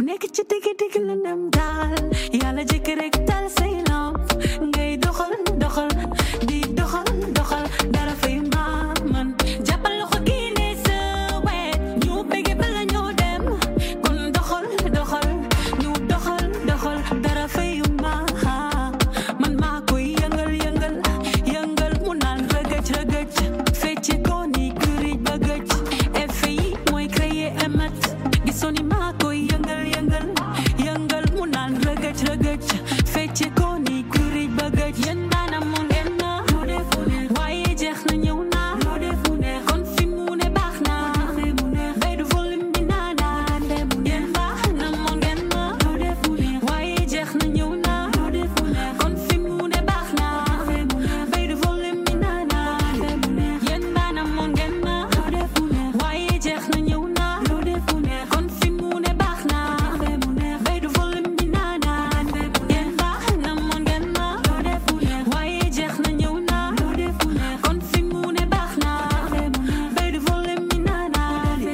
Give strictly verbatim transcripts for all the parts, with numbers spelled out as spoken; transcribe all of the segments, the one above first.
ku nekk ci digg digg lëndëm daal yàlla jëkk rek tal say lamp ngay doxal doxal di doxal doxal dara fay ma man jàppal loxo kii ne sa wet ñu bëgge bala ñoo dem kon doxal doxal ñu doxal doxal dara fay ma man maa koy yëngal yëngal yëngal mu naan rëgëj rëgëj fecce ko ni kurij ba gëj effet yi mooy créer émet gisoo ni maa koy yëngal yëngal yëngal mu naan rëgëj rëgëj fecce ko ni kurij ba gëj yéen daana mu ngeen na waaye jeex na ñëw na kon fi mu ne baax na bay du volume bi naana yéen baax na mu ngeen na waaye jeex na ñëw na kon fi mu ne baax na bay du volume bi naana yéen daana mu ngeen na waaye jeex na ñëw na kon fi mu ne baax na bay du volume bi naana yéen baax na mu ngeen na waaye jeex na ñëw na kon fi mu ne baax na bay du volume bi naana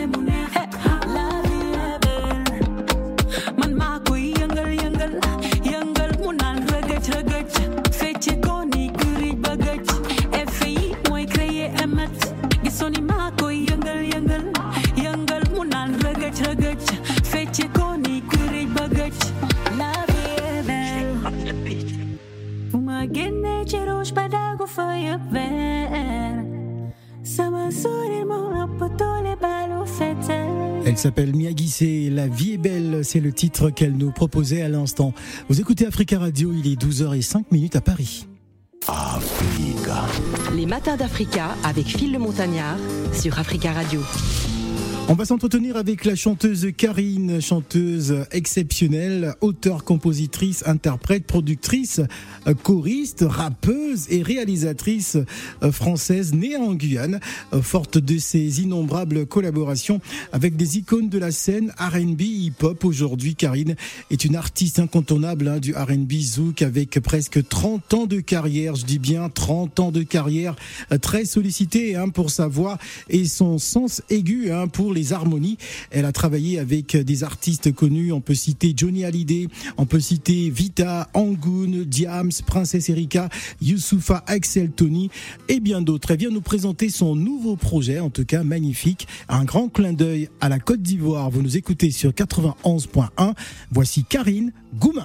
la vie est belle man maa koy yëngal yëngal yëngal mu naan rëgëj rëgëj fecce ko ni kurij ba gëj effet yi mooy créer émet gisoo ni maa koy yëngal yëngal yëngal mu naan rëgëj rëgëj fecce ko ni kurij ba gëj la vie est belle fu ma génnee ci rouge ba daagu fa yëpp vert sama sourire moo ëpp doole balu fete. Elle s'appelle Miyagi, c'est La vie est belle, c'est le titre qu'elle nous proposait à l'instant. Vous écoutez Africa Radio, il est douze heures zéro cinq à Paris. Africa. Les matins d'Africa avec Phil le Montagnard sur Africa Radio. On va s'entretenir avec la chanteuse Karine, chanteuse exceptionnelle, auteure, compositrice, interprète, productrice, choriste, rappeuse et réalisatrice française née en Guyane, forte de ses innombrables collaborations avec des icônes de la scène R and B hip-hop. Aujourd'hui, Karine est une artiste incontournable hein, du R and B zouk avec presque trente ans de carrière, je dis bien trente ans de carrière, très sollicitée hein, pour sa voix et son sens aigu hein, pour les harmonies. Elle a travaillé avec des artistes connus, on peut citer Johnny Hallyday, on peut citer Vita, Angoon, Diams, Princesse Erika, Youssoupha, Axel Tony et bien d'autres. Elle vient nous présenter son nouveau projet, en tout cas magnifique. Un grand clin d'œil à la Côte d'Ivoire. Vous nous écoutez sur quatre-vingt-onze point un. Voici Karine Gouma.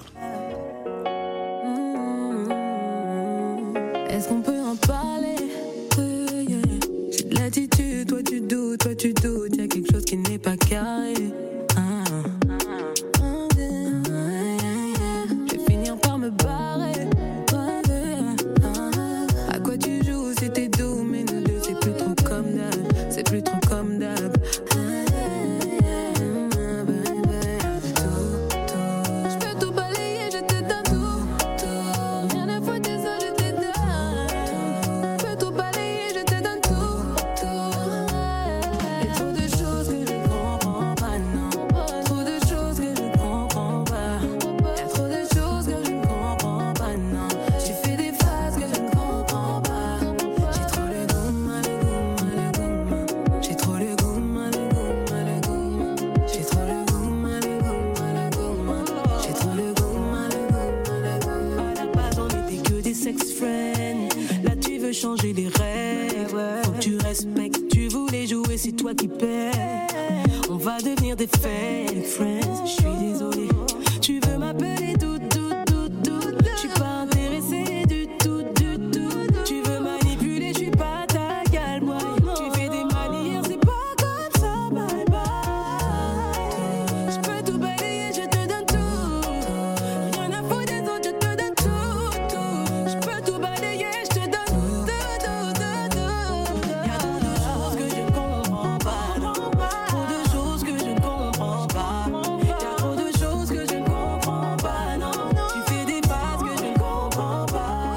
Est-ce qu'on peut en parler? Euh, yeah. J'ai de l'attitude, toi tu doutes, toi tu doutes. Y'a quelque chose qui n'est pas carré. Ah. Ah, yeah, yeah. Je vais finir par me barrer. Ah, yeah. Ah. À quoi tu joues? C'était doux, mais nous deux c'est plus trop comme d'hab. C'est plus trop comme d'hab. Ah, yeah, yeah. Baby. Tout, tout. Je peux tout balayer, je te donne tout, tout. Rien à foutre de ça, je te donne. Je peux tout balayer, je te donne tout, tout. Et trop de choses que je comprends pas, non. Trop de choses que je comprends pas. Y'a trop de choses que je ne comprends pas, non. Tu fais des phases que je ne comprends pas. J'ai trop le goût, mal le goût, mal le goût. J'ai trop le goût, mal le goût, mal le goût. J'ai trop le goût, mal le goût, mal le goût. J'ai trop le goût, mal le goût, mal le goût. À la base on était que des sex friends. Là tu veux changer les règles. Faut que tu respectes. Tu voulais jouer, c'est toi qui perds. On va devenir des fake friends. Je suis désolée. Tu veux m'appeler tout, tout, tout, tout. Je suis pas intéressée du tout, du tout. Tu veux manipuler, je suis pas ta gueule, boy. Tu fais des manières, c'est pas comme ça, bye bye. Je peux tout balayer, je te donne tout. Rien à foutre des autres, je te donne tout, tout. Je peux tout balayer, je te donne tout, tout, tout, tout. Y'a trop de choses que je comprends pas, non. Trop de choses que je ne comprends pas. Y'a trop de choses que je ne comprends pas, non. Tu fais des phases que je ne comprends pas.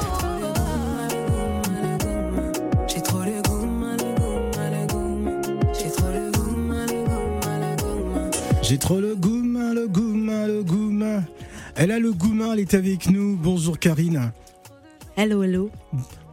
J'ai trop le goût, mal le goût, mal le goût. J'ai trop le goût, mal le goût, mal le goût. J'ai trop le goût, le goût, le goût. Elle a le goût, elle est avec nous. Bonjour Karine. Hello, hello.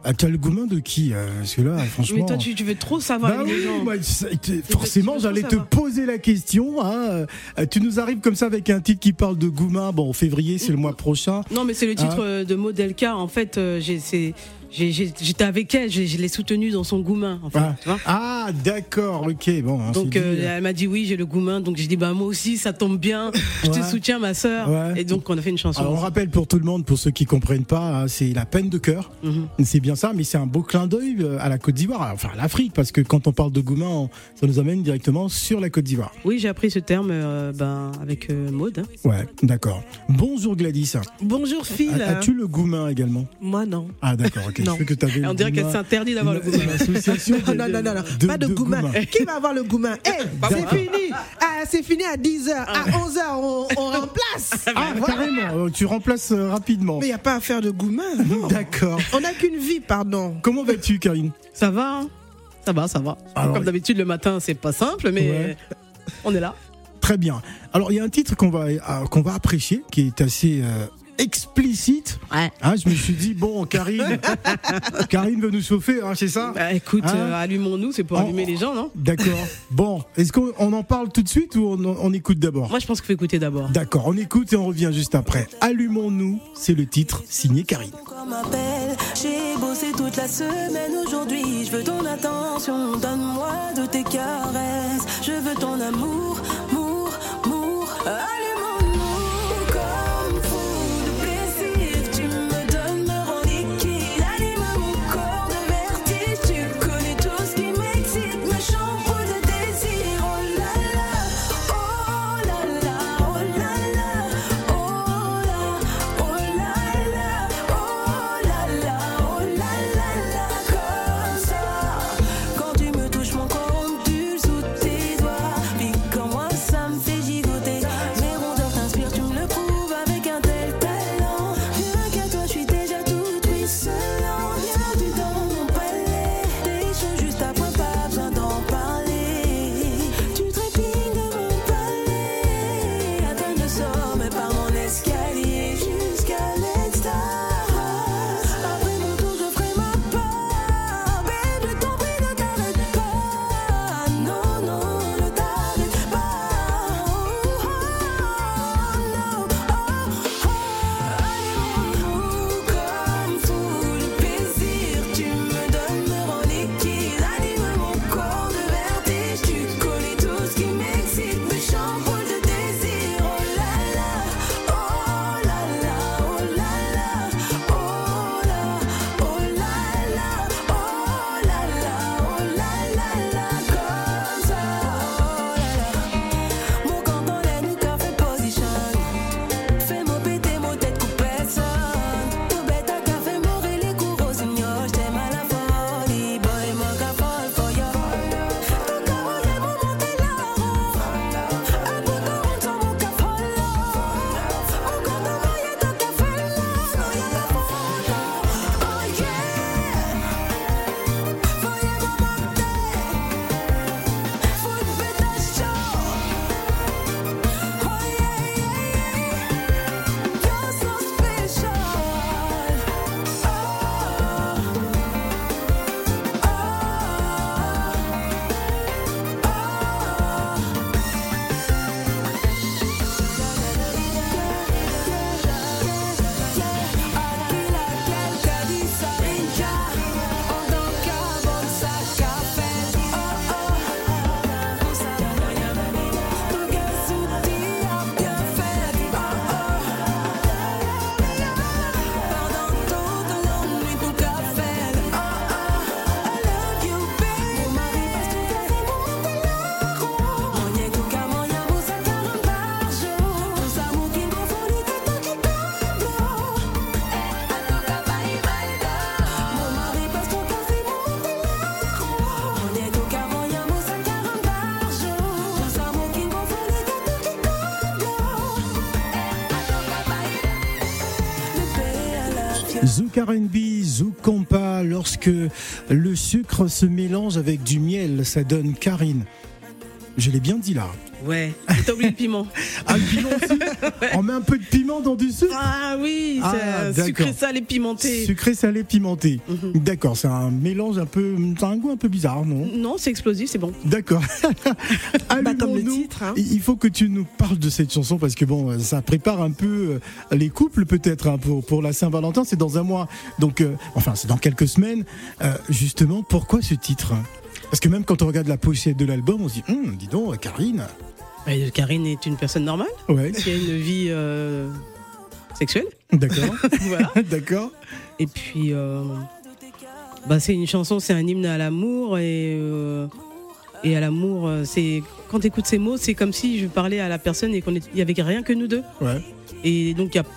Ah, tu as le gourmand de qui euh, Parce que là, franchement. Mais toi, tu, tu veux trop savoir Bah les oui, gens. moi, ça- t- forcément, tu veux j'allais trop te savoir. poser la question. Hein. Euh, Tu nous arrives comme ça avec un titre qui parle de Goumin. Bon, en février, c'est le mois prochain. Non, mais c'est le titre Ah. euh, de Modelka. En fait, euh, j'ai, c'est, j'ai, j'ai- j'étais avec elle, j'ai- je l'ai soutenue dans son goumin. En fait, Ah, tu vois. Ah, d'accord, ok. Bon, on Donc s'est euh, dit, euh, elle m'a dit oui, j'ai le goumin. Donc j'ai dit bah moi aussi, ça tombe bien. Je Ouais. te soutiens, ma sœur. Ouais. Et donc on a fait une chanson. Alors, on rappelle pour tout le monde, pour ceux qui comprennent pas, hein, c'est la peine de cœur. Mhm. C'est bien ça, mais c'est un beau clin d'œil euh, à la Côte d'Ivoire, enfin à l'Afrique, parce que quand on parle de Goumin, on- ça nous amène directement sur la Côte d'Ivoire. Oui, j'ai appris ce terme euh, ben, avec euh, Maud. hein. Ouais, d'accord. Bonjour Gladys. Bonjour Phil. A- As-tu le Goumin également? Moi non. Ah d'accord, ok. Non. Je sais que t'avais le On dirait qu'elle Goumin. s'interdit d'avoir le Une- goumin. une association de- Non, non, non, non. de- Pas de, de goumin. Goumin. Qui va avoir le goumin Eh, c'est D'accord. fini. Ah, c'est fini à dix heures. À onze heures, on, on remplace. Ah, Voilà. carrément, euh, tu remplaces euh, rapidement. Mais il n'y a pas à faire de goumin. non. D'accord. On n'a qu'une vie, pardon. Comment vas-tu, Karine? Ça va, hein ça va, ça va. Alors, Comme d'habitude, le matin, c'est pas simple, mais Ouais. on est là. Très bien. Alors, il y a un titre qu'on va, euh, qu'on va apprécier, qui est assez euh, explicite. Ouais. Hein, je me suis dit, bon, Karine, Karine veut nous chauffer, hein, c'est ça? Bah, écoute, Hein euh, allumons-nous, c'est pour On- allumer les gens, non? D'accord. Bon, est-ce qu'on on en parle tout de suite ou on, on écoute d'abord? Moi, je pense qu'il faut écouter d'abord. D'accord, on écoute et on revient juste après. Allumons-nous, c'est le titre signé Karine. Mon corps m'appelle, j'ai bossé toute la semaine. Aujourd'hui, je veux ton attention. Donne-moi de tes caresses. Je veux ton amour, amour, amour. Allumons-nous comme fou de plaisir. Tu me donnes, me rends liquide. Anime mon corps de vertige. Tu connais tout ce qui m'excite, me chamboule de désir. Oh là là, oh là là, oh là là, oh là, oh là là, oh là là, oh là là là, comme ça. Quand tu me touches, mon corps ondule sous tes doigts. Piquant moi, ça me fait gigoter. Mes rondeurs t'inspirent, tu me le prouves avec un tel talent. Rien qu'à toi, je suis déjà toute ruisselant. Bienvenue dans mon palais. Des choses juste à point, pas besoin d'en parler. Tu trépignes de mon palais. Atteins le sommet par mon escalier jusqu'à l'extase. Après mon tour, je ferai ma part. Babe, je t'en prie, ne t'arrête pas. Non, non, ne t'arrête pas. Oh, oh, non, oh, oh. Allumons-nous comme fou de plaisir. Tu me donnes, me rends liquide. Anime mon corps de vertige. Tu connais tout ce qui m'excite, me chamboule de désir. Oh là là, oh là là, oh là là, oh là, oh là là, oh là là, oh là là là, comme ça. Oh là là, mon corps dans l'air, nous qu'a fait position. Fais-moi péter mon tête coupe personne. Tout bête à café, mourir les cours signor. J't'aime à la folie, boy, mon qu'a fall for you. Ton cavalier m'a monté là-haut. Un peu de honte sur mon qu'a fall. Mon corps dans moi, y'a ton qu'a fait là. Non, y'a la photo. Oh yeah. Faut y avoir monté. Faut une bête à chaud. Oh yeah, yeah, yeah. You're so special. Zouk R and B, Zouk Compa, lorsque le sucre se mélange avec du miel, ça donne Karine. Je l'ai bien dit là. Ouais, et t'as oublié le piment. Ah, le piment aussi. On met un peu de piment dans du sucre. Ah oui, Ah, c'est d'accord. sucré, salé, pimenté. Sucré, salé, pimenté. Mhm. D'accord, c'est un mélange un peu, c'est un goût un peu bizarre, non? Non, c'est explosif, c'est bon. D'accord. Bah, comme le Allumons-nous. titre, hein. Il faut que tu nous parles de cette chanson parce que bon, ça prépare un peu euh, les couples peut-être hein, pour pour la Saint-Valentin. C'est dans un mois, donc euh, enfin c'est dans quelques semaines. Euh, justement, pourquoi ce titre? Parce que même quand on regarde la pochette de l'album, on se dit, hum, dis donc, Karine. Et Karine est une personne normale Ouais. qui a une vie euh, sexuelle. D'accord. Voilà. D'accord. Et puis, euh, bah, c'est une chanson, c'est un hymne à l'amour et euh, et à l'amour, euh, c'est quand tu écoutes ces mots, c'est comme si je parlais à la personne et qu'on est- il y avait rien que nous deux. Ouais. Et donc il y a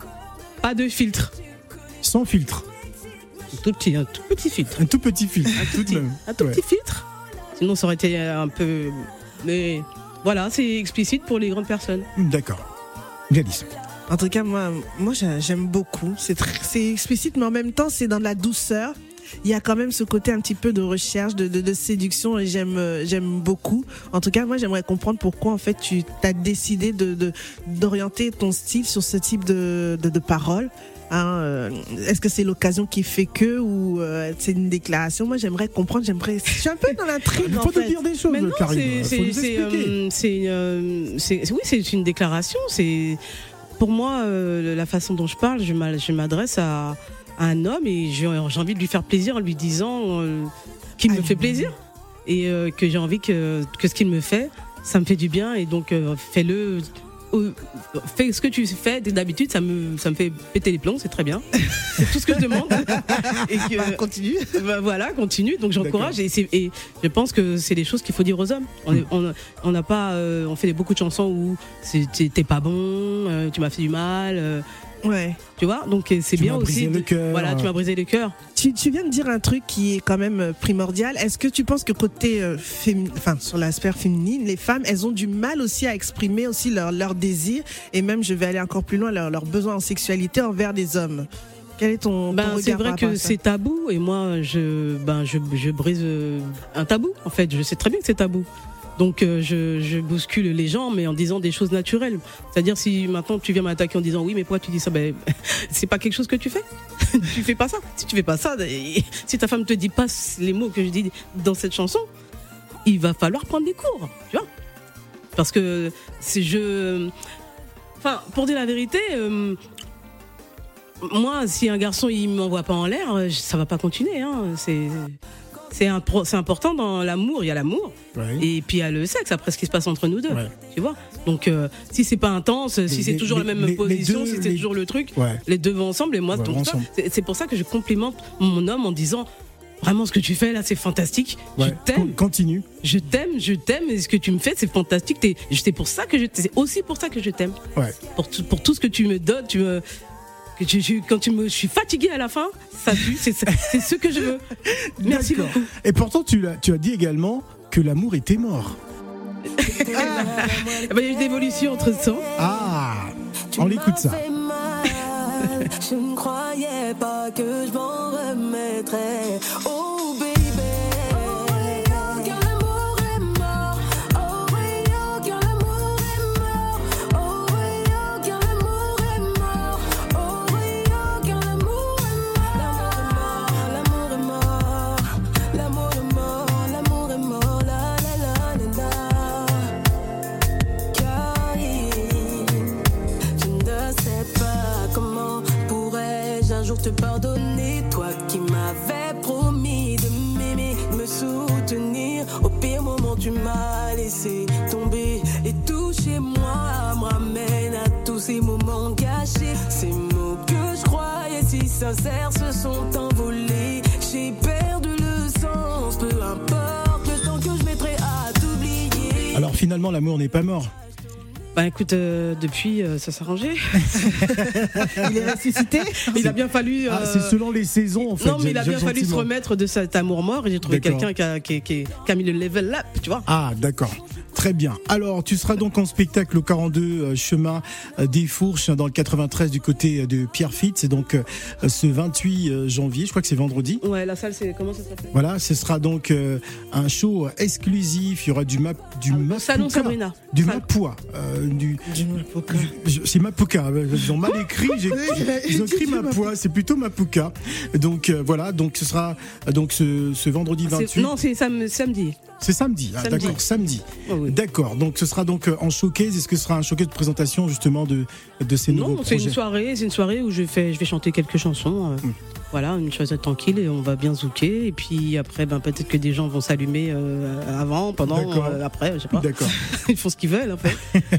pas de filtre, Sans filtre. un tout petit, un tout petit filtre, Un tout petit filtre. un tout tout de petit, même. un tout Ouais. petit filtre. Sinon ça aurait été un peu, mais voilà, c'est explicite pour les grandes personnes. D'accord. Gladys. En tout cas, moi, moi j'ai- j'aime beaucoup. C'est tr- c'est explicite, mais en même temps, c'est dans de la douceur. Il y a quand même ce côté un petit peu de recherche, de, de, de séduction, et j'aime, euh, j'aime beaucoup. En tout cas, moi, j'aimerais comprendre pourquoi, en fait, tu as décidé de, de, d'orienter ton style sur ce type de, de, de paroles. Hein, euh, est-ce que c'est l'occasion qui fait que, ou euh, c'est une déclaration? Moi, j'aimerais comprendre, j'aimerais. Je suis un peu dans l'intrigue, Il en faut te fait. dire des choses, Mais non, Karine. c'est, Faut c'est, nous c'est, expliquer. euh, c'est, euh, c'est- oui, c'est une déclaration. C'est pour moi euh, la façon dont je parle. Je m'a- je m'adresse à, à un homme et j'ai, j'ai envie de lui faire plaisir en lui disant euh, qu'il me Ah, fait plaisir et euh, que j'ai envie que, que ce qu'il me fait, ça me fait du bien et donc euh, fais-le. euh, Fais ce que tu fais d'habitude, ça me, ça me fait péter les plombs, c'est très bien. C'est tout ce que je demande. Et que, Bah, continue. bah voilà, continue. Donc j'encourage et, c'est- et je pense que c'est des choses qu'il faut dire aux hommes. On est- on on n'a pas, euh, on fait beaucoup de chansons où c'est- t'es t'es pas bon, euh, tu m'as fait du mal, euh, Ouais. tu vois. Donc euh, c'est Tu bien m'as brisé aussi. le de- cœur. Voilà, tu m'as brisé le cœur. Tu, tu viens de dire un truc qui est quand même euh, primordial. Est-ce que tu penses que côté, euh, fémi- enfin, sur la sphère féminine, les femmes, elles ont du mal aussi à exprimer aussi leur, leur désir et même, je vais aller encore plus loin, leur, leur besoin en sexualité envers des hommes? Quel est ton, ton Ben, regard c'est par vrai rapport à que ça? c'est tabou et moi je, ben, je, je brise euh, un tabou en fait. Je sais très bien que c'est tabou. Donc euh, je, je bouscule les gens mais en disant des choses naturelles. C'est-à-dire si maintenant tu viens m'attaquer en disant oui mais pourquoi tu dis ça, ben c'est pas quelque chose que tu fais. Tu fais pas ça. Si tu fais pas ça, et si ta femme te dit pas les mots que je dis dans cette chanson, il va falloir prendre des cours, tu vois. Parce que c'est je, enfin pour dire la vérité. Euh, moi, si un garçon il m'envoie pas en l'air, euh, ça va pas continuer. Hein. C'est c'est un pro- c'est important dans l'amour. Il y a l'amour Ouais. et puis il y a le sexe. Après, ce qui se passe entre nous deux, Ouais. tu vois. Donc, euh, si c'est pas intense, si Les- c'est toujours les- la même les- les position, deux- si c'est les- toujours le truc, Ouais. les deux vont ensemble. Et moi, Ouais, donc, vont tu vois, ensemble. c'est c'est pour ça que je complimente mon homme en disant vraiment ce que tu fais là, c'est fantastique. Ouais. Je t'aime. Con- Continue. Je t'aime, je t'aime, et ce que tu me fais, c'est fantastique. T'es- C'est pour ça que je, c'est aussi pour ça que je t'aime. Ouais. Pour tout, pour tout ce que tu me donnes, tu me, que tu, tu- quand tu me, je suis fatiguée à la fin, ça pue, c'est, c'est ce que je veux. Merci D'accord. beaucoup. Et pourtant, tu, l'as- tu as dit également que l'amour était mort. Eh ben, il y a eu des évolutions entre temps. Ah, on l'écoute ça. fait mal. Je ne croyais pas que je m'en remettrais. Oh baby. Oh oui, oh, car l'amour est mort. Oh oui, oh, car l'amour est mort. Oh oui, oh, car l'amour est mort. Oh oui, oh, car l'amour est mort. L'amour est mort. L'amour est mort. L'amour est mort. La la la la la. Karine, je ne sais pas comment pourrais-je un jour te pardonner, toi qui m'avais promis de m'aimer, de me soutenir. Au pire moment, tu m'as laissé tomber et tout chez moi me ramène à tous ces moments gâchés. Ces mots que je croyais si sincères se sont envolés. J'ai perdu le sens, peu importe le temps que je mettrai à t'oublier. Alors finalement, l'amour n'est pas mort. Bah écoute, euh, depuis, euh, ça s'est arrangé. Il est ressuscité? Il a bien fallu. Ah, euh, c'est selon les saisons en fait. non, mais il a j'ai- bien fallu se gentiment. remettre de cet amour mort et j'ai trouvé D'accord. quelqu'un qui a, qui, qui- qui a mis le level up, tu vois. Ah, d'accord. Très bien. Alors, tu seras donc en spectacle au quarante-deux euh, chemin euh, des Fourches dans le quatre-vingt-treize du côté de Pierrefitte. C'est donc euh, ce vingt-huit janvier, je crois que c'est vendredi. Ouais, la salle, c'est comment ça s'appelle? Voilà, ce sera donc euh, un show exclusif. Il y aura du map, du Mapuka, Salon Sabrina. du Salon. Mapua, euh, du, Du Mapuka. du- c'est Mapuka. Ils ont mal écrit. J'ai, ils ont écrit Mapua, c'est plutôt Mapuka. Donc euh, voilà, donc ce sera euh, donc ce, ce vendredi C'est- vingt-huit. Non, c'est sam- samedi. C'est samedi. Ah, Samedi. d'accord, samedi. Oh, oui. D'accord. Donc ce sera donc euh, en showcase. Est-ce que ce sera un showcase de présentation justement de de ces nouveaux Non, c'est projets? une soirée, c'est une soirée où je fais, je vais chanter quelques chansons. euh, Mm. Voilà, une chose tranquille et on va bien zouker. Et puis après, ben peut-être que des gens vont s'allumer euh, avant, pendant, D'accord. euh, après, je sais pas. D'accord. Ils font ce qu'ils veulent en fait.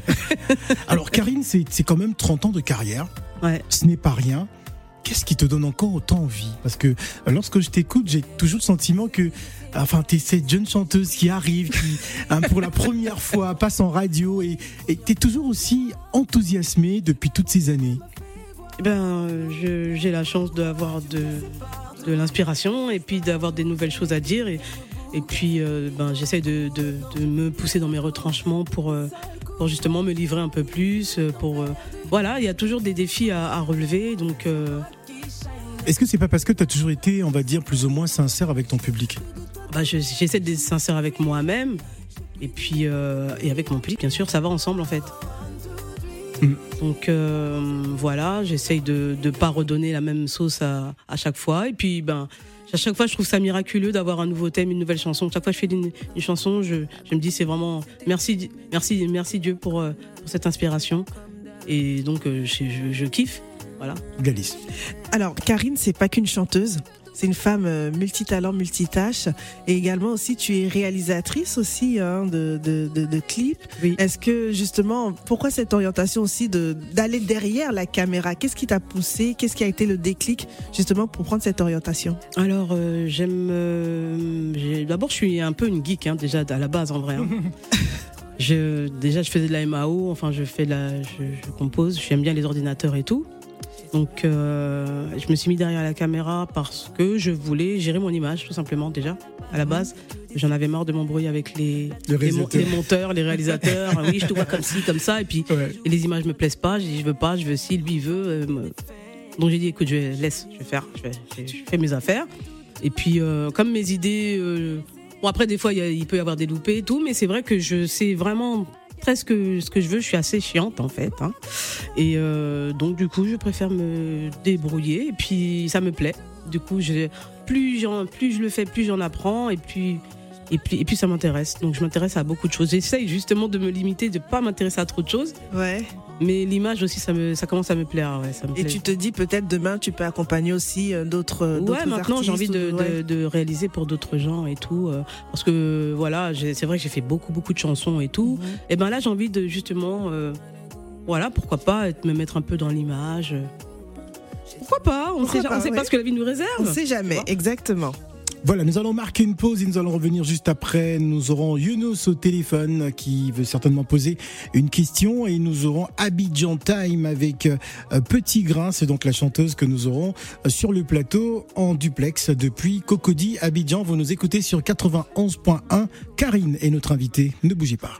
Alors Karine, c'est c'est quand même trente ans de carrière. Ouais. Ce n'est pas rien. Qu'est-ce qui te donne encore autant envie? Parce que euh, lorsque je t'écoute, j'ai toujours le sentiment que, enfin, t'es cette jeune chanteuse qui arrive, qui, hein, pour la première fois, passe en radio et et t'es toujours aussi enthousiasmée depuis toutes ces années. Eh ben, je- j'ai la chance d'avoir de, de l'inspiration et puis d'avoir des nouvelles choses à dire. Et, et puis, euh, ben, j'essaie de, de, de me pousser dans mes retranchements pour, euh, pour justement me livrer un peu plus. euh, Pour, euh, voilà, il y a toujours des défis à, à relever. Donc, euh, Est-ce que c'est pas parce que t'as toujours été, on va dire, plus ou moins sincère avec ton public? bah, je- j'essaie d'être sincère avec moi-même. Et puis, euh, et avec mon public, bien sûr, ça va ensemble en fait. Mm. Donc euh, voilà, j'essaye de ne pas redonner la même sauce à, à chaque fois. Et puis, ben, à chaque fois, je trouve ça miraculeux d'avoir un nouveau thème, une nouvelle chanson. Chaque fois que je fais une, une chanson, je, je me dis c'est vraiment merci, merci, merci Dieu pour, euh, pour cette inspiration. Et donc, euh, je, je, je kiffe. Voilà. Galice. Alors, Karine, c'est pas qu'une chanteuse. C'est une femme euh, multitalent, multitâche. Et également aussi, tu es réalisatrice aussi hein, de, de, de, de clips. Oui. Est-ce que justement, pourquoi cette orientation aussi de d'aller derrière la caméra? Qu'est-ce qui t'a poussé? Qu'est-ce qui a été le déclic justement pour prendre cette orientation? Alors, euh, j'aime. euh, j'ai- D'abord, je suis un peu une geek, hein, déjà, à la base, en vrai. hein. je, déjà, je faisais de la M A O, enfin, je, fais de la, je, je compose, j'aime bien les ordinateurs et tout. Donc, euh, je me suis mis derrière la caméra parce que je voulais gérer mon image, tout simplement, déjà, à la base. J'en avais marre de m'embrouiller avec les, Le les, mon- réalisateur. les monteurs, les réalisateurs. oui, je te vois comme ci, comme ça. Et puis, Ouais. et les images me plaisent pas. J'ai dit, je veux pas, je veux si, lui, il veut. euh, me- Donc, j'ai dit, écoute, je vais, laisse, je vais faire, je, vais, je, je fais mes affaires. Et puis, euh, comme mes idées. euh, Bon, après, des fois, il, y a- il peut y avoir des loupés et tout, mais c'est vrai que je sais vraiment presque ce que je veux. Je suis assez chiante, en fait. hein. Et euh, donc, du coup, je préfère me débrouiller. Et puis, ça me plaît. Du coup, je, plus, j'en- plus je le fais, plus j'en apprends. Et puis, et puis, et puis ça m'intéresse. Donc, je m'intéresse à beaucoup de choses. J'essaye justement de me limiter, de pas m'intéresser à trop de choses. Ouais. Mais l'image aussi, ça, me, ça commence à me plaire. Ouais, ça me Et plaît. tu te dis peut-être demain, tu peux accompagner aussi euh, d'autres. d'autres Ouais, maintenant j'ai envie artistes de, ou- ouais. de, de réaliser pour d'autres gens et tout. euh, parce que voilà, j'ai- c'est vrai que j'ai fait beaucoup, beaucoup de chansons et tout. Mhm. Et ben là, j'ai envie de justement, euh, voilà, pourquoi pas être- me mettre un peu dans l'image. euh. Pourquoi pas On Pourquoi sait, pas, on sait ouais. pas ce que la vie nous réserve. On sait jamais, exactement. Voilà, nous allons marquer une pause et nous allons revenir juste après. Nous aurons Younous au téléphone qui veut certainement poser une question et nous aurons Abidjan Time avec euh, Petit Grain. C'est donc la chanteuse que nous aurons euh, sur le plateau en duplex depuis Cocody, Abidjan. Vous nous écoutez sur quatre-vingt-onze point un. Karine est notre invitée. Ne bougez pas.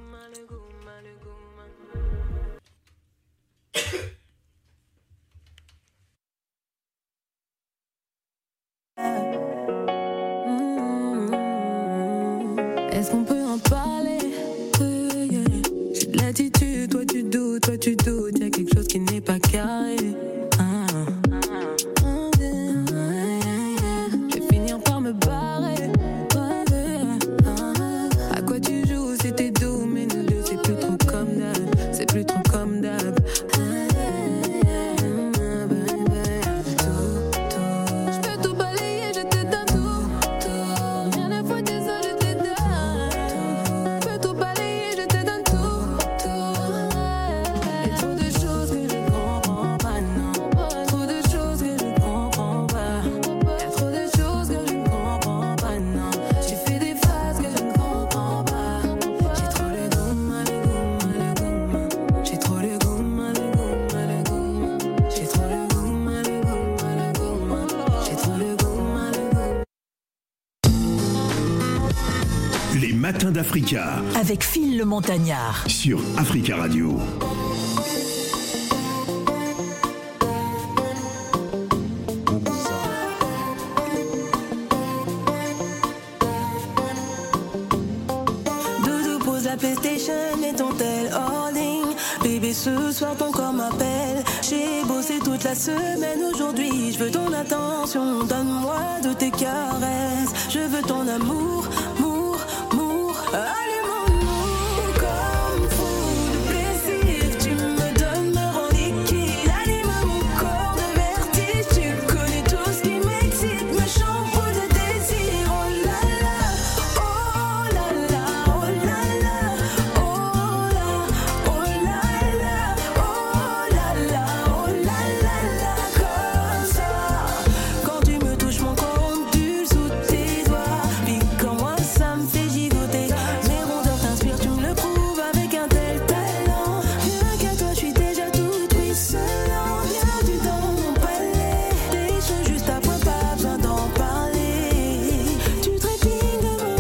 Est-ce qu'on peut en parler? Euh, yeah. J'ai de l'attitude, toi tu doutes, toi tu doutes. Y'a quelque chose qui n'est pas carré. Ah. Ah, yeah, yeah. Je vais finir par me barrer. Ouais, yeah. Ah. À quoi tu joues? C'était doux, mais nous deux c'est plus trop comme d'hab. C'est plus trop comme d'hab. Ah, yeah, yeah. Baby. Tout, tout. Je peux tout balayer, je te donne tout, tout. Rien à foutre de ça, je te donne. Je peux tout balayer, je te donne tout, tout. Et trop de choses que je comprends pas, non. matins d'Africa. Avec Phil le Montagnard. Sur Africa Radio. Doudou pose la PlayStation et ton tel holding. Bébé, ce soir ton corps m'appelle. J'ai bossé toute la semaine, aujourd'hui je veux ton attention. Donne-moi de tes caresses. Je veux ton amour, amour, amour. Allume-moi comme fou de plaisir. Tu me donnes, me rends liquide. Anime mon corps de vertige. Tu connais tout ce qui m'excite, me chamboule de désir. Oh là là, oh là là, oh là là, oh là, oh là là, oh là là, oh là là là, comme ça. Quand tu me touches, mon corps ondule sous tes doigts. Puis quand moi ça me fait gigoter, mes rondeurs t'inspirent, tu me le prouves avec un tel talent. Rien qu'à toi, je suis déjà toute ruisselante. Bienvenue dans mon palais, des choses juste à point, pas besoin d'en parler. Tu trépignes de mon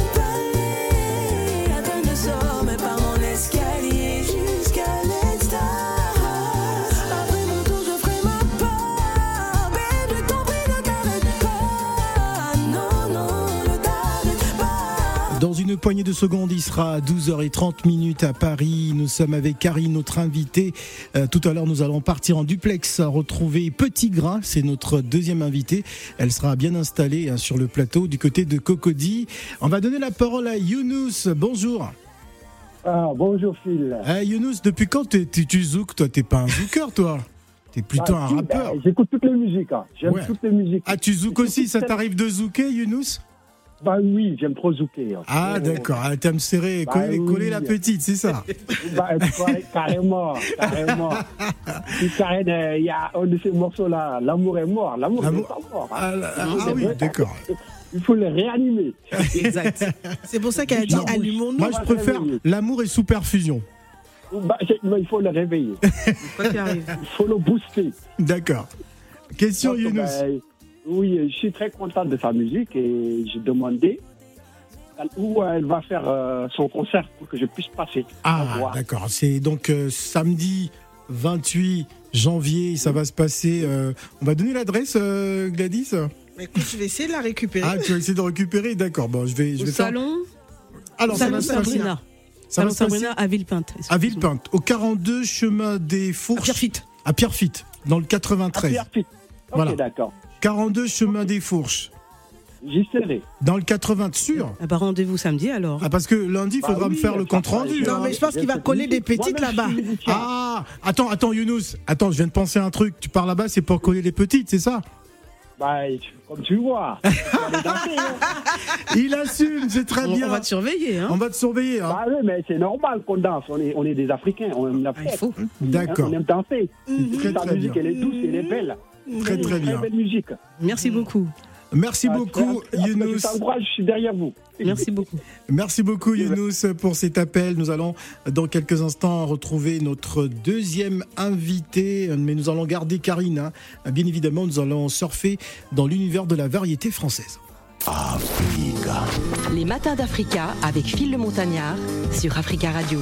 palais, à peine je sors, mais par mon escalier jusqu'à l'extase. Après mon tour, je ferai ma part. Babe, je t'en prie, ne t'arrête pas. Non, non, ne t'arrête pas. Dans une poignée de secondes, il sera douze heures trente à Paris. Nous sommes avec Karine, notre invitée. Euh, tout à l'heure, nous allons partir en duplex à retrouver Petit Grain. C'est notre deuxième invitée. Elle sera bien installée hein, sur le plateau du côté de Cocody. On va donner la parole à Younous. Bonjour. Ah, bonjour Phil. Eh, Younous, depuis quand t'es- tu, tu zouk, toi? T'es pas un zouker, toi? T'es plutôt Ah, un si, rappeur. ben, j'écoute toutes les musiques. Hein. J'aime Ouais. toutes les musiques. Ah, tu zouk aussi? Ça J'écoute t'arrive de zouker, Younous? Bah oui, j'aime trop zouker. Hein. Ah, Oh. d'accord. Ah, t'aimes serrer, Bah coller, oui. coller la petite, c'est ça? Bah, ouais, carrément, carrément. Puis, Karen, euh, il y a un de ces morceaux-là, L'amour est mort. L'amour n'est L'amour- pas mort. hein. Ah, là- ah, C'est ah oui, vrai. d'accord. Il faut le réanimer. Exact. C'est pour ça qu'elle a dit Non. allumons-nous. Moi, je préfère l'amour et sous perfusion. Bah, c'est- mais il faut le réveiller. Quoi qu'il arrive. Il faut le booster. D'accord. Question, Donc, Younous. ben, oui, je suis très content de sa musique et j'ai demandé où elle va faire euh, son concert pour que je puisse passer. Ah, Au revoir. d'accord. C'est donc euh, samedi vingt-huit janvier. Ça va se passer. euh, on va donner l'adresse, euh, Gladys. Mais écoute, je vais essayer de la récupérer. Ah, tu vas essayer de récupérer. D'accord. Bon, je vais. Je Au vais faire- salon, Alors, ça salon va se passer. Sabrina. Ça va Salon se passer Sabrina à Villepinte. à Villepinte, au quarante-deux chemin des À Fourches. Pierrefitte. À Pierrefitte, dans le Ah, quatre-vingt-treize. Pierre Pitt. Ok, Voilà. d'accord. quarante-deux chemin des Fourches, J'y serai. dans le quatre-vingts, sûr. Ah bah rendez-vous samedi alors. Ah, parce que lundi, il Bah faudra oui, me faire le ça compte fera- rendu. Non, hein. mais je pense qu'il va coller des petites Moi-même, là-bas. je suis musicien. Ah, attends, attends, Younous. Attends, je viens de penser à un truc. Tu pars là-bas, c'est pour coller les petites, c'est ça? Bah, comme tu vois. tu vas aller danser, hein. Il assume, c'est très On, bien. on va te surveiller. Hein. On va te surveiller. Hein. Bah oui, mais c'est normal qu'on danse. On est, on est des Africains. On aime la Ah, il fête. faut. D'accord. On aime danser. Très, La très musique, bien. elle est douce, elle est belle. Très, très bien. Très belle musique. Merci beaucoup. Merci Ah, beaucoup, très- très- Younous. Je t'encourage, je suis derrière vous. Merci beaucoup. Merci beaucoup, Younous, pour cet appel. Nous allons, dans quelques instants, retrouver notre deuxième invité. Mais nous allons garder Karine. Hein. Bien évidemment, nous allons surfer dans l'univers de la variété française. Africa. Les matins d'Africa avec Phil le Montagnard sur Africa Radio.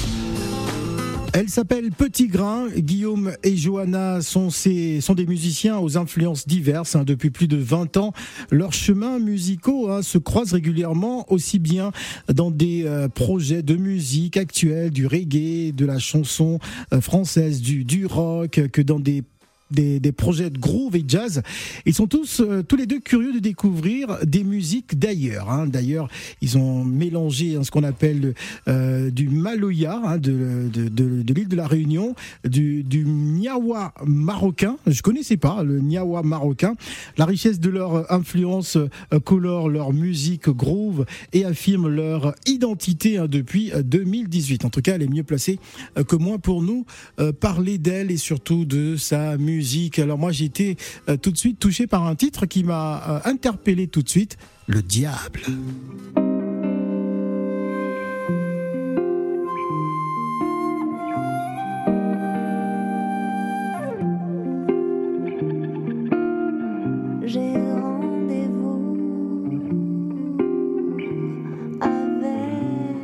Elle s'appelle Petit Grain. Guillaume et Johanna sont, ces, sont des musiciens aux influences diverses hein, depuis plus de vingt ans. Leurs chemins musicaux hein, se croisent régulièrement, aussi bien dans des euh, projets de musique actuelle, du reggae, de la chanson euh, française, du, du rock, que dans des Des, des projets de groove et jazz. Ils sont tous, euh, tous les deux curieux de découvrir des musiques d'ailleurs. Hein. D'ailleurs, ils ont mélangé hein, ce qu'on appelle euh, du maloya hein, de, de, de, de l'île de la Réunion, du, du niawa marocain. Je connaissais pas le niawa marocain. La richesse de leur influence euh, colore leur musique groove et affirme leur identité hein, depuis deux mille dix-huit. En tout cas, elle est mieux placée euh, que moi pour nous euh, parler d'elle et surtout de sa musique. Alors moi j'ai été euh, tout de suite touché par un titre qui m'a euh, interpellé tout de suite, Le Diable. J'ai rendez-vous avec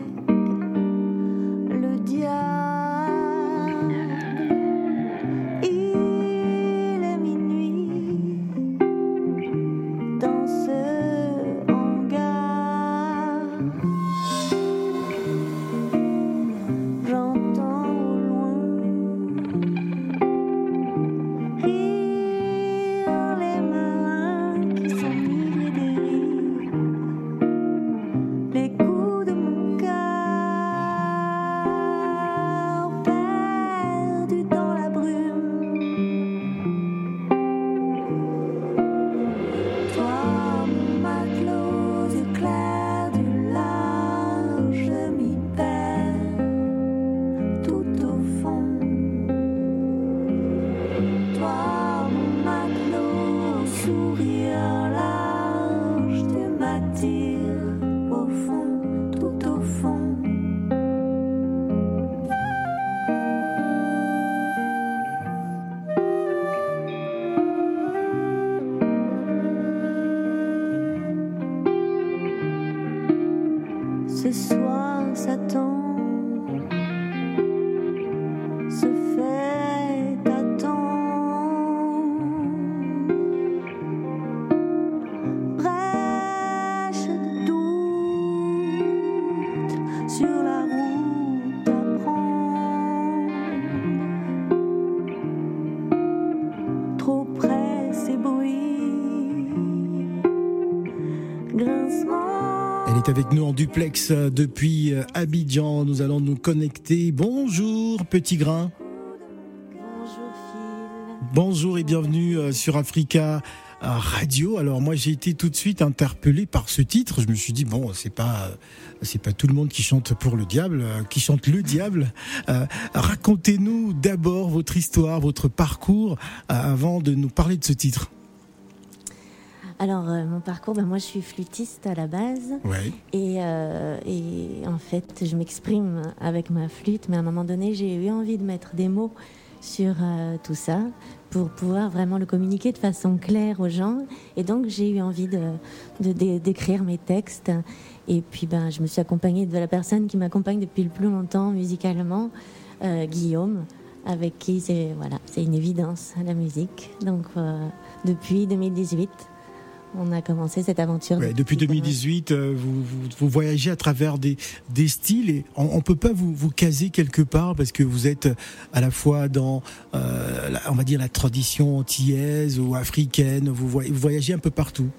est avec nous en duplex depuis Abidjan. Nous allons nous connecter. Bonjour, Petit Grain. Bonjour, Phil. Bonjour et bienvenue sur Africa Radio. Alors moi j'ai été tout de suite interpellé par ce titre. Je me suis dit bon, c'est pas c'est pas tout le monde qui chante pour le diable, qui chante le diable. Euh, racontez-nous d'abord votre histoire, votre parcours, euh, avant de nous parler de ce titre. Alors euh, mon parcours, ben, moi je suis flûtiste à la base. Ouais. Et, euh, et en fait je m'exprime avec ma flûte, mais à un moment donné j'ai eu envie de mettre des mots sur euh, tout ça pour pouvoir vraiment le communiquer de façon claire aux gens. Et donc j'ai eu envie de, de, de, d'écrire mes textes. Et puis ben, je me suis accompagnée de la personne qui m'accompagne depuis le plus longtemps musicalement, euh, Guillaume, avec qui c'est, voilà, c'est une évidence la musique. Donc euh, depuis deux mille dix-huit, on a commencé cette aventure. Ouais, depuis deux mille dix-huit, euh, vous, vous, vous voyagez à travers des, des styles et on ne peut pas vous, vous caser quelque part parce que vous êtes à la fois dans, euh, la, on va dire, la tradition antillaise ou africaine. Vous, voyez, vous voyagez un peu partout.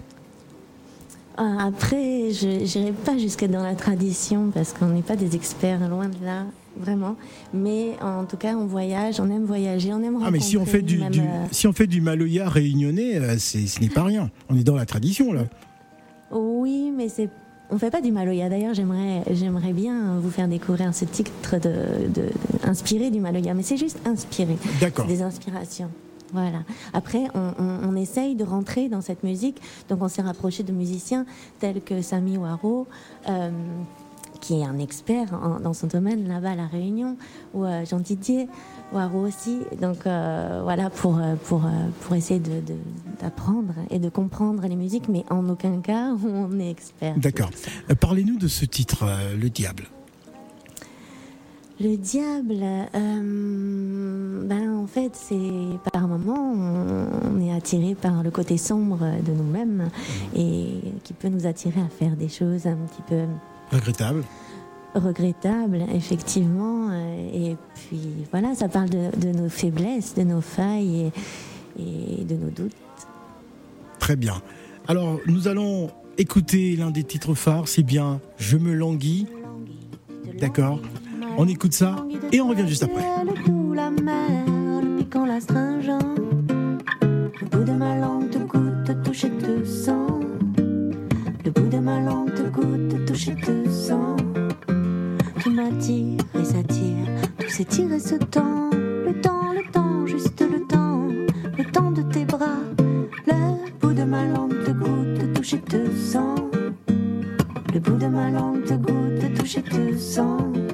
Après, je n'irai pas jusque dans la tradition parce qu'on n'est pas des experts, loin de là, vraiment. Mais en tout cas, on voyage, on aime voyager, on aime rencontrer. Ah, mais si on fait du, même, du euh... si on fait du maloya réunionnais, c'est, ce n'est pas rien. On est dans la tradition là. Oui, mais c'est on fait pas du maloya. D'ailleurs, j'aimerais j'aimerais bien vous faire découvrir ce titre de, de, de inspiré du maloya, mais c'est juste inspiré. D'accord. Des inspirations. Voilà. Après, on, on, on essaye de rentrer dans cette musique. Donc, on s'est rapproché de musiciens tels que Samy Waro, euh, qui est un expert en, dans son domaine là-bas à La Réunion, ou euh, Jean Didier Waro aussi. Donc, euh, voilà, pour, pour, pour essayer de, de, d'apprendre et de comprendre les musiques, mais en aucun cas on est expert. D'accord. Euh, parlez-nous de ce titre, euh, Le Diable. Le diable, euh, ben en fait, c'est par moments, on, on est attiré par le côté sombre de nous-mêmes et qui peut nous attirer à faire des choses un petit peu regrettables. Regrettables, effectivement. Et puis voilà, ça parle de, de nos faiblesses, de nos failles et, et de nos doutes. Très bien. Alors, nous allons écouter l'un des titres phares, c'est bien Je me languis. D'accord. On écoute ça et on revient juste après. Le doux, la mer, le piquant, l'astringent. Le bout de ma langue te goûte, te touche et te sent. Le bout de ma langue te goûte, te touche et te sent. Tout m'attire et s'attire, tout s'étire et se tend. Le temps, le temps, juste le temps, le temps de tes bras. Le bout de ma langue te goûte, te touche et te sent. Le bout de ma langue te goûte, te touche et te sent.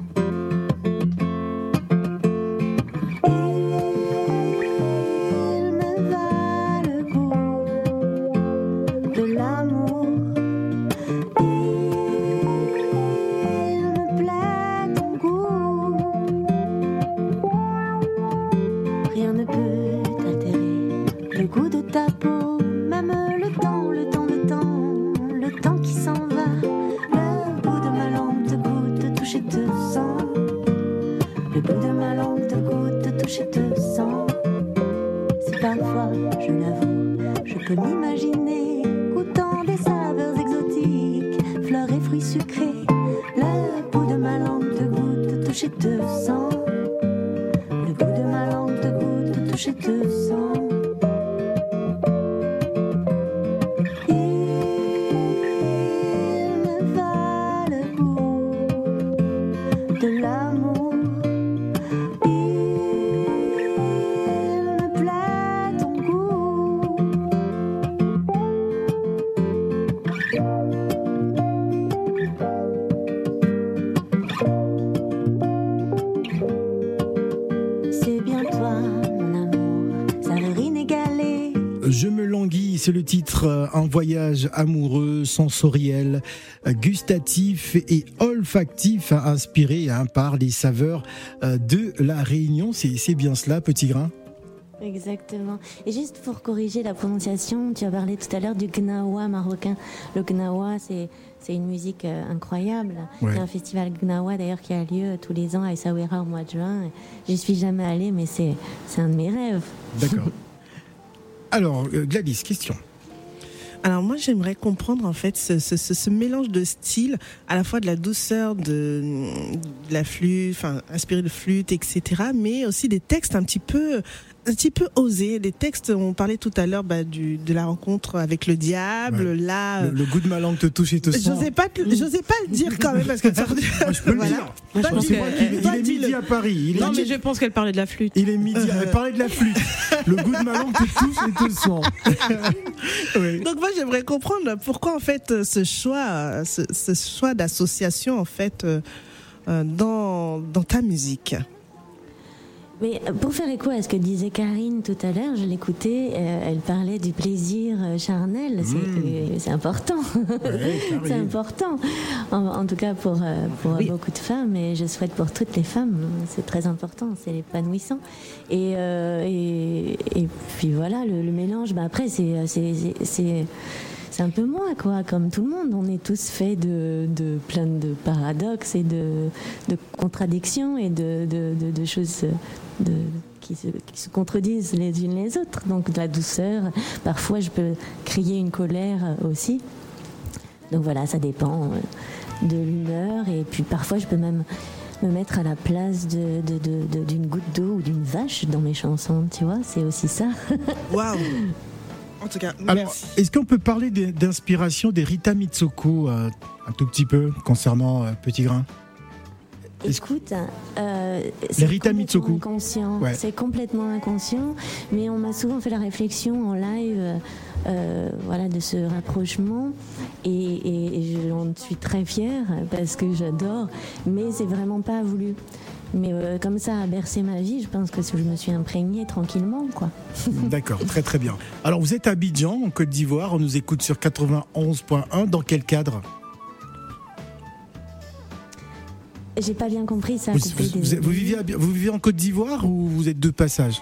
C'est le titre, un voyage amoureux, sensoriel, gustatif et olfactif, inspiré hein, par les saveurs de la Réunion. C'est, c'est bien cela, Petit Grain ? Exactement. Et juste pour corriger la prononciation, tu as parlé tout à l'heure du gnawa marocain. Le gnawa, c'est, c'est une musique euh, incroyable. Ouais. Il y a un festival gnawa d'ailleurs qui a lieu tous les ans à Essaouira au mois de juin. J'y suis jamais allée, mais c'est, c'est un de mes rêves. D'accord. Alors, Gladys, question. Alors moi j'aimerais comprendre en fait ce, ce, ce, ce mélange de styles, à la fois de la douceur de, de la flûte, enfin inspiré de flûte, et cetera, mais aussi des textes un petit peu un petit peu osés. Des textes, on parlait tout à l'heure bah, du, de la rencontre avec le diable, ouais. là... Le, le goût de ma langue te touche et te sent. J'osais pas, j'osais pas le dire quand même, parce que... Moi, je peux voilà. le dire. Moi, je pense qu'il il, il est midi à Paris. Il non, est mais je pense qu'elle parlait de la flûte. Il est midi, elle parlait de la flûte. Le goût de ma langue te touche et te sent. Oui. Donc moi, j'aimerais comprendre pourquoi, en fait, ce choix, ce, ce choix d'association, en fait, euh, dans, dans ta musique. Mais pour faire écho à ce que disait Karine tout à l'heure, je l'écoutais, euh, elle parlait du plaisir charnel, c'est, mmh. euh, c'est important, ouais, c'est important, en, en tout cas pour, euh, pour oui. beaucoup de femmes, et je souhaite pour toutes les femmes, c'est très important, c'est épanouissant. Et, euh, et, et puis voilà, le, le mélange, bah après c'est... c'est, c'est, c'est C'est un peu moi, quoi, comme tout le monde. On est tous faits de, de plein de paradoxes et de, de contradictions et de, de, de, de choses de, qui, se, qui se contredisent les unes les autres. Donc de la douceur, parfois je peux crier une colère aussi. Donc voilà, ça dépend de l'humeur. Et puis parfois je peux même me mettre à la place de, de, de, de, d'une goutte d'eau ou d'une vache dans mes chansons, tu vois, c'est aussi ça. Waouh. En tout cas, alors, merci. Est-ce qu'on peut parler d'inspiration des Rita Mitsoko euh, un tout petit peu concernant euh, Petit Grain? Écoute, euh, c'est les Rita Mitsoko. Inconscient. Ouais. C'est complètement inconscient, mais on m'a souvent fait la réflexion en live, euh, voilà, de ce rapprochement, et, et, et j'en suis très fière parce que j'adore, mais c'est vraiment pas voulu. Mais euh, comme ça a bercé ma vie, je pense que je me suis imprégnée tranquillement, quoi. D'accord, très très bien. Alors vous êtes à Abidjan, en Côte d'Ivoire, on nous écoute sur quatre-vingt-onze point un, dans quel cadre? J'ai pas bien compris, ça a vous, coupé. Vous, des... vous, vous, vivez, vous vivez en Côte d'Ivoire ou vous êtes de passage?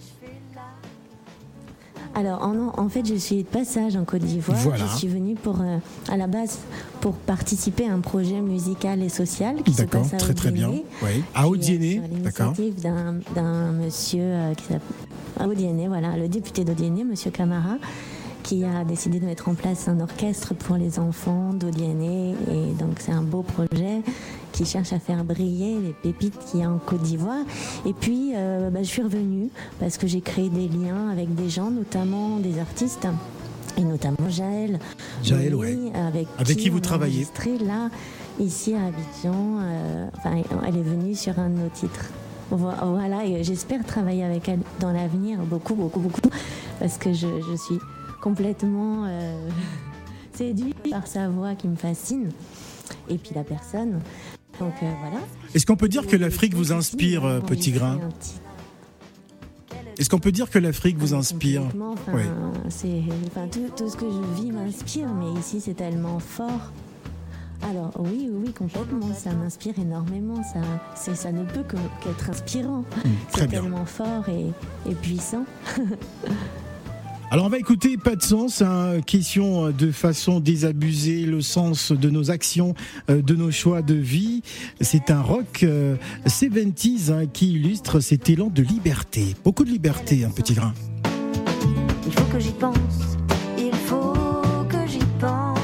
Alors, en, en fait, je suis de passage en Côte d'Ivoire. Voilà. Je suis venue pour, euh, à la base pour participer à un projet musical et social qui d'accord, se passe à très très bien. Oui. À Odiéné, d'accord. D'un, d'un monsieur euh, qui s'appelle à Odiéné, voilà, le député d'Odiéné, monsieur Camara, qui a décidé de mettre en place un orchestre pour les enfants d'Odiéné. Et donc, c'est un beau projet qui cherche à faire briller les pépites qu'il y a en Côte d'Ivoire. Et puis, euh, bah, je suis revenue parce que j'ai créé des liens avec des gens, notamment des artistes, et notamment Jaël. Jaël, oui. Avec, avec qui, qui vous travaillez là, ici à Abidjan. Euh, enfin, elle est venue sur un de nos titres. Voilà, et j'espère travailler avec elle dans l'avenir, beaucoup, beaucoup, beaucoup, parce que je, je suis complètement euh, séduite par sa voix qui me fascine, et puis la personne. Donc euh, voilà. Est-ce qu'on peut dire que l'Afrique vous inspire, euh, Petit Grain? Est-ce qu'on peut dire que l'Afrique vous inspire? Enfin, oui. C'est, enfin, tout, tout ce que je vis m'inspire, mais ici c'est tellement fort. Alors oui, oui, complètement, ça m'inspire énormément, ça, c'est, ça ne peut que, qu'être inspirant. Mmh, c'est bien. Tellement fort et, et puissant. Alors on va écouter Pas de sens, hein, question de façon désabusée, le sens de nos actions, euh, de nos choix de vie. C'est un rock euh, soixante-dix hein, qui illustre cet élan de liberté. Beaucoup de liberté, un Petit Grain. Il faut que j'y pense, il faut que j'y pense.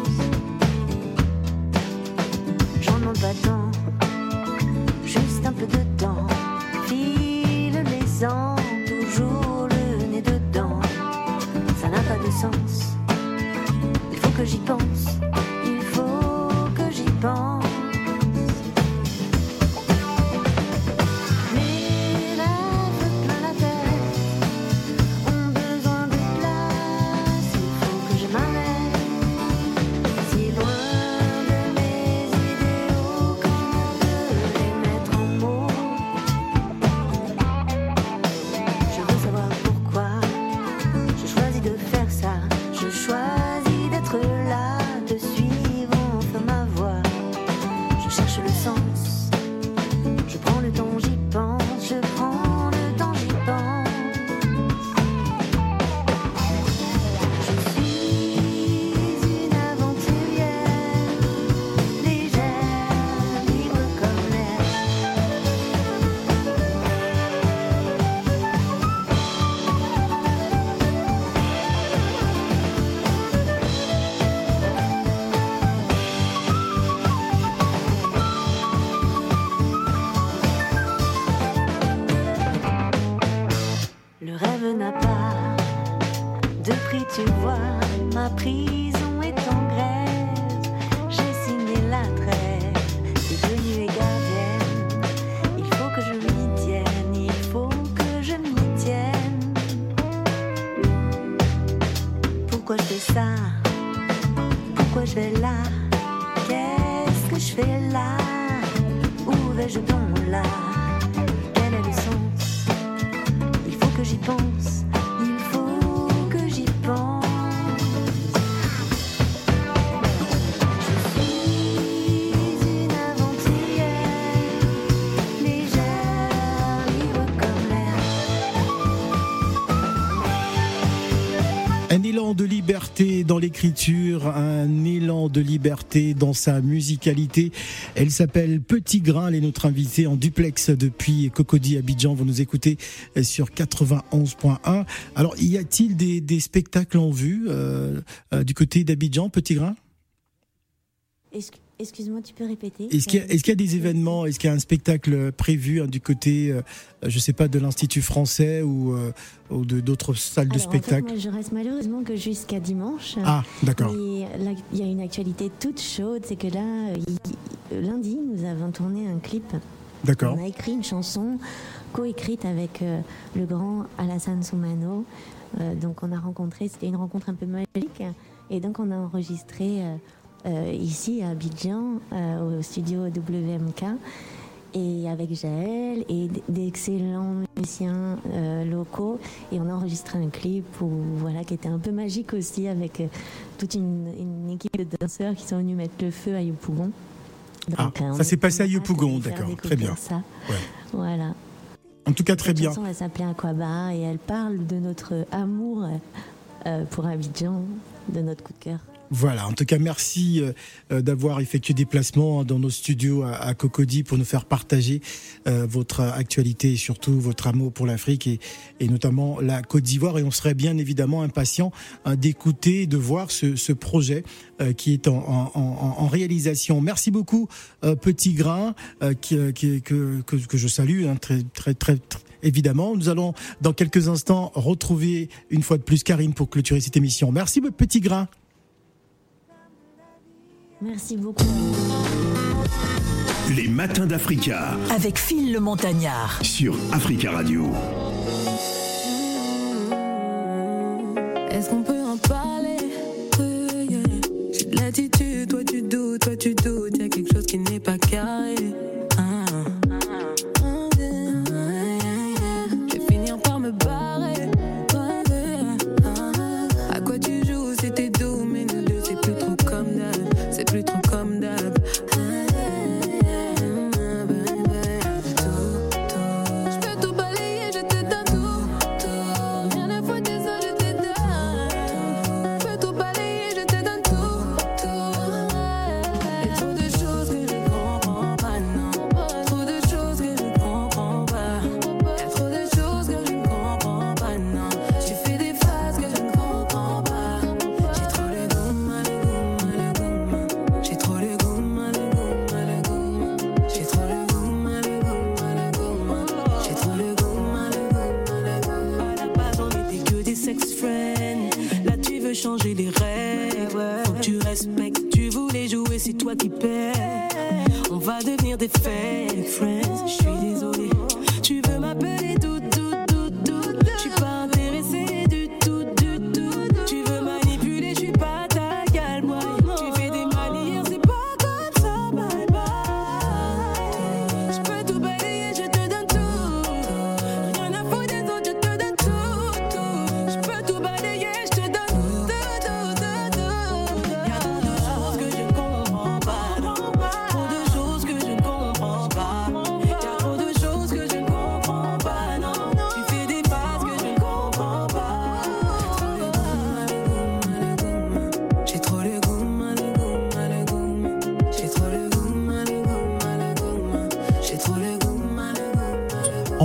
J'en demande pas tant, juste un peu de temps. File les ans, toujours le nez dedans. Ça n'a pas de sens. Il faut que j'y pense, il faut que j'y pense. Mes rêves plein la tête ont besoin de place. Il faut que je m'arrête si loin de mes idéaux quand de les mettre en mots. Je veux savoir pourquoi je choisis de faire ça. Je choisis d'être là, de suivre tout n'a pas de prix, tu vois. Ma prison est en grève. J'ai signé la trêve. T'es venue et gardienne. Il faut que je m'y tienne. Il faut que je m'y tienne. Pourquoi je fais ça? Pourquoi je vais là? Qu'est-ce que je fais là? Où vais-je donc là? Quel est le sens? Il faut que j'y pense. Il faut que j'y pense. Je suis une aventurière, légère, libre comme l'air. Un élan de liberté dans l'écriture, un élan de liberté dans sa musicalité. Elle s'appelle Petit Grain, elle est notre invitée en duplex depuis Cocody Abidjan. Vous nous écoutez sur quatre-vingt-onze point un. Alors, y a-t-il des, des spectacles en vue euh, euh, du côté d'Abidjan, Petit Grain? Excuse-moi, tu peux répéter? Est-ce qu'il y a, est-ce qu'il y a des événements, est-ce qu'il y a un spectacle prévu hein, du côté, euh, je sais pas, de l'Institut français ou, euh, ou de d'autres salles Alors, de spectacle? En fait, moi, je reste malheureusement que jusqu'à dimanche. Ah, d'accord. Mais là, il y a une actualité toute chaude, c'est que là, il, lundi, nous avons tourné un clip. D'accord. On a écrit une chanson coécrite avec euh, le grand Alassane Soumano. Euh, donc on a rencontré, c'était une rencontre un peu magique. Et donc on a enregistré... Euh, Euh, ici à Abidjan, euh, au studio W M K, et avec Jaël et d'excellents musiciens euh, locaux, et on a enregistré un clip où, voilà, qui était un peu magique aussi, avec euh, toute une, une équipe de danseurs qui sont venus mettre le feu à Yopougon. Donc, ah, euh, ça s'est passé à Yopougon, d'accord, très bien. Ça. Ouais. Voilà. En tout cas, très Cette bien. La chanson, elle s'appelait Aquaba, et elle parle de notre amour euh, pour Abidjan, de notre coup de cœur. Voilà, en tout cas, merci euh, d'avoir effectué des placements dans nos studios à, à Cocody pour nous faire partager euh, votre actualité et surtout votre amour pour l'Afrique et, et notamment la Côte d'Ivoire. Et on serait bien évidemment impatient hein, d'écouter, de voir ce, ce projet euh, qui est en, en, en, en réalisation. Merci beaucoup, euh, Petit Grain, euh, qui, qui, que, que, que je salue hein, très, très, très, très évidemment. Nous allons dans quelques instants retrouver une fois de plus Karine pour clôturer cette émission. Merci, Petit Grain. Merci beaucoup. Les matins d'Africa. Avec Phil le Montagnard. Sur Africa Radio. Est-ce qu'on peut en parler? euh, yeah. J'ai de l'attitude, toi tu doutes, toi tu doutes. Y'a quelque chose qui n'est pas carré. Ah. Ah, yeah. Je vais finir par me barrer. Ouais, yeah. Ah. À quoi tu joues? C'était doux, mais nous deux c'est plus trop comme d'hab. C'est plus trop comme d'hab. J'peux tout balayer, je te donne tout, tout. Rien à foutre des autres, je te donne. J'peux tout balayer, je te donne tout, tout. Y'a trop de choses que je comprends pas, non. Trop de choses que je comprends pas. Y'a trop de choses que je ne comprends pas, non. Tu fais des phases que je ne comprends pas. J'ai trop le goût, mal le goût, mal le goût. J'ai trop le goût, mal le goût, mal le goût. J'ai trop le goût, mal le goût, mal le goût. J'ai trop le goût, mal le goût, mal le goût. À la base on était que des sex friends. Là tu veux changer les règles. Faut que tu respectes. Tu voulais jouer, c'est toi qui perds. On va devenir des fake friends. Je suis désolé. Tu veux m'appeler tout, tout, tout, tout. Je suis pas intéressée du tout, du tout. Tu veux manipuler, je suis pas ta gueule, moi. Tu fais des manières, c'est pas comme ça, bye bye. Je peux tout balayer, je te donne tout. Rien à foutre des autres, je te donne tout, tout. Je peux tout balayer, je te donne tout, tout, tout, tout. Y'a trop de choses que je comprends pas. Trop de choses que je ne comprends pas. Y'a trop de choses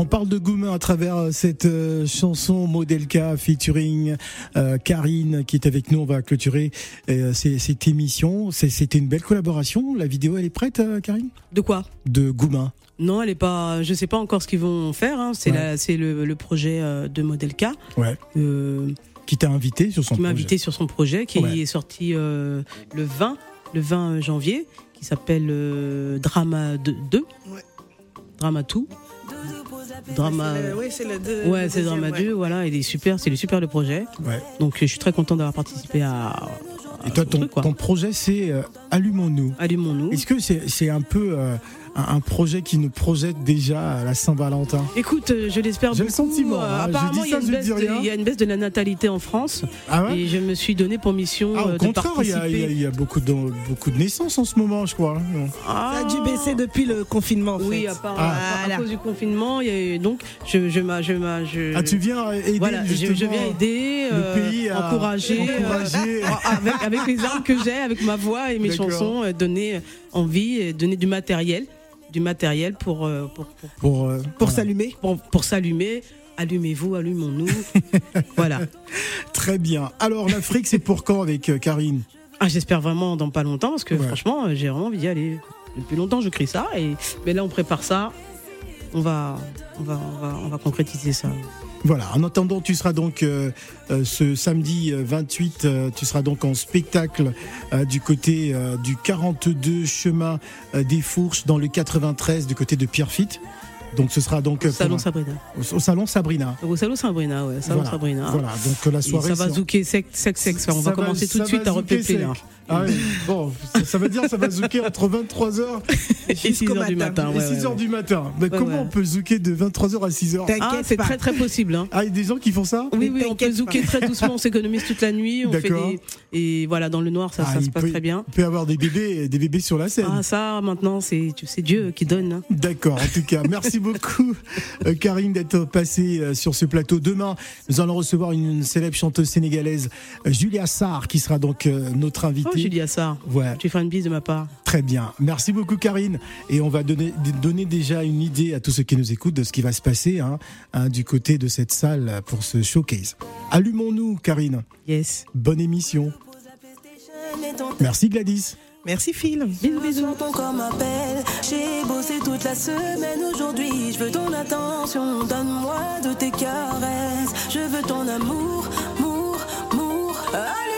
on parle de Goumin à travers cette euh, chanson Modelka featuring euh, Karine qui est avec nous. On va clôturer euh, ces- cette émission. C'est- C'était une belle collaboration. La vidéo, elle est prête, euh, Karine? De quoi? De Goumin. Non, elle est pas. Je sais pas encore ce qu'ils vont faire. Hein. C'est Ouais. la, c'est le, le projet euh, de Modelka. Ouais. Euh, Qui t'a invité sur son qui m'a projet. invité sur son projet, qui Ouais. est sorti euh, le vingt, le vingt janvier, qui s'appelle euh, Drama deux. Ouais. Drama tout. Drama. C'est le- Oui, c'est le deux. Ouais, le c'est deuxième, Drama ouais. deux, voilà, il est super, c'est le super le projet. Ouais. Donc je suis très content d'avoir participé à. à Et toi, son ton, truc, quoi. ton projet, c'est euh, Allumons-nous. Allumons-nous. Est-ce que c'est c'est un peu euh, un, un projet qui nous projette déjà à la Saint-Valentin? Écoute, euh, je l'espère J'ai beaucoup. le sentiment, Euh, hein. Je apparemment, dis il y a ça, une je baisse dis de- rien. il y a une baisse de la natalité en France. Ah ouais? Et je me suis donné pour mission Ah, euh, au de contraire, il y a, participer. il y a- il y a beaucoup, de, beaucoup de naissances en ce moment, je crois. Ah. Ça a dû baisser depuis le confinement. En Oui, fait. à, part, Ah. à Voilà. cause du confinement, il y a eu- donc je, je, m'a- je, m'a- je, Ah, tu viens aider voilà, je, justement je viens aider, le euh, pays à encourager, encourager. euh, avec, avec les armes que j'ai, avec ma voix et mes D'accord. chansons, euh, donner envie, et donner du matériel, du matériel pour pour pour, pour, pour, euh, Pour voilà. s'allumer. pour, pour s'allumer. Allumez-vous, allumons-nous. Voilà. Très bien. Alors, l'Afrique, c'est pour quand avec euh, Karine? Ah, j'espère vraiment dans pas longtemps parce que Ouais. franchement, euh, j'ai vraiment envie d'y aller. Depuis longtemps, je crie ça et mais là, on prépare ça. On va, on va, on va, on va concrétiser ça. Voilà, en attendant, tu seras donc euh, euh, ce samedi euh, vingt-huit, euh, tu seras donc en spectacle euh, du côté euh, du quarante-deux chemin euh, des Fourches dans le quatre-vingt-treize du côté de Pierrefitte. Donc ce sera donc euh, pour Salon un- Sabrina. au, au salon Sabrina. Au salon Sabrina, ouais. Salon Voilà, Sabrina. Voilà, donc euh, la Et soirée. ça va c'est- zouker sec, sec, sec. ça. On ça va commencer tout de ça suite va à zouker repeupler sec. là. Ah ouais, bon, ça, ça veut dire que ça va zouker entre vingt-trois heures Et six heures du matin. et ouais, six heures ouais. du matin. Mais Ouais, comment ouais. on peut zouker de vingt-trois heures à six heures? T'inquiète Ah, c'est pas. très très possible. Hein. Ah, il y a des gens qui font ça? Oui, Mais oui, on peut t'inquiète zouker pas. très doucement, on s'économise toute la nuit, on fait D'accord. des... Et voilà, dans le noir, ça, Ah, ça se il passe peut- très bien. Il peut y avoir des bébés, des bébés sur la scène. Ah, ça, maintenant, c'est tu- c'est Dieu qui donne. Hein. D'accord, en tout cas, merci beaucoup euh, Karine d'être passée euh, sur ce plateau. Demain, nous allons recevoir une, une célèbre chanteuse sénégalaise, euh, Julia Sarr, qui sera donc euh, notre invitée. Oh, Julia Sarr, Ouais, tu fais une bise de ma part. très bien. Merci beaucoup Karine. Et on va donner, donner déjà une idée à tous ceux qui nous écoutent de ce qui va se passer hein, hein, du côté de cette salle pour ce showcase. Allumons-nous Karine. Yes. Bonne émission. Merci Gladys. Merci Phil. Bisous, bisous. Ton corps m'appelle, j'ai bossé toute la semaine aujourd'hui. Je veux ton attention, donne-moi de tes caresses. Je veux ton amour, amour, amour. Allez.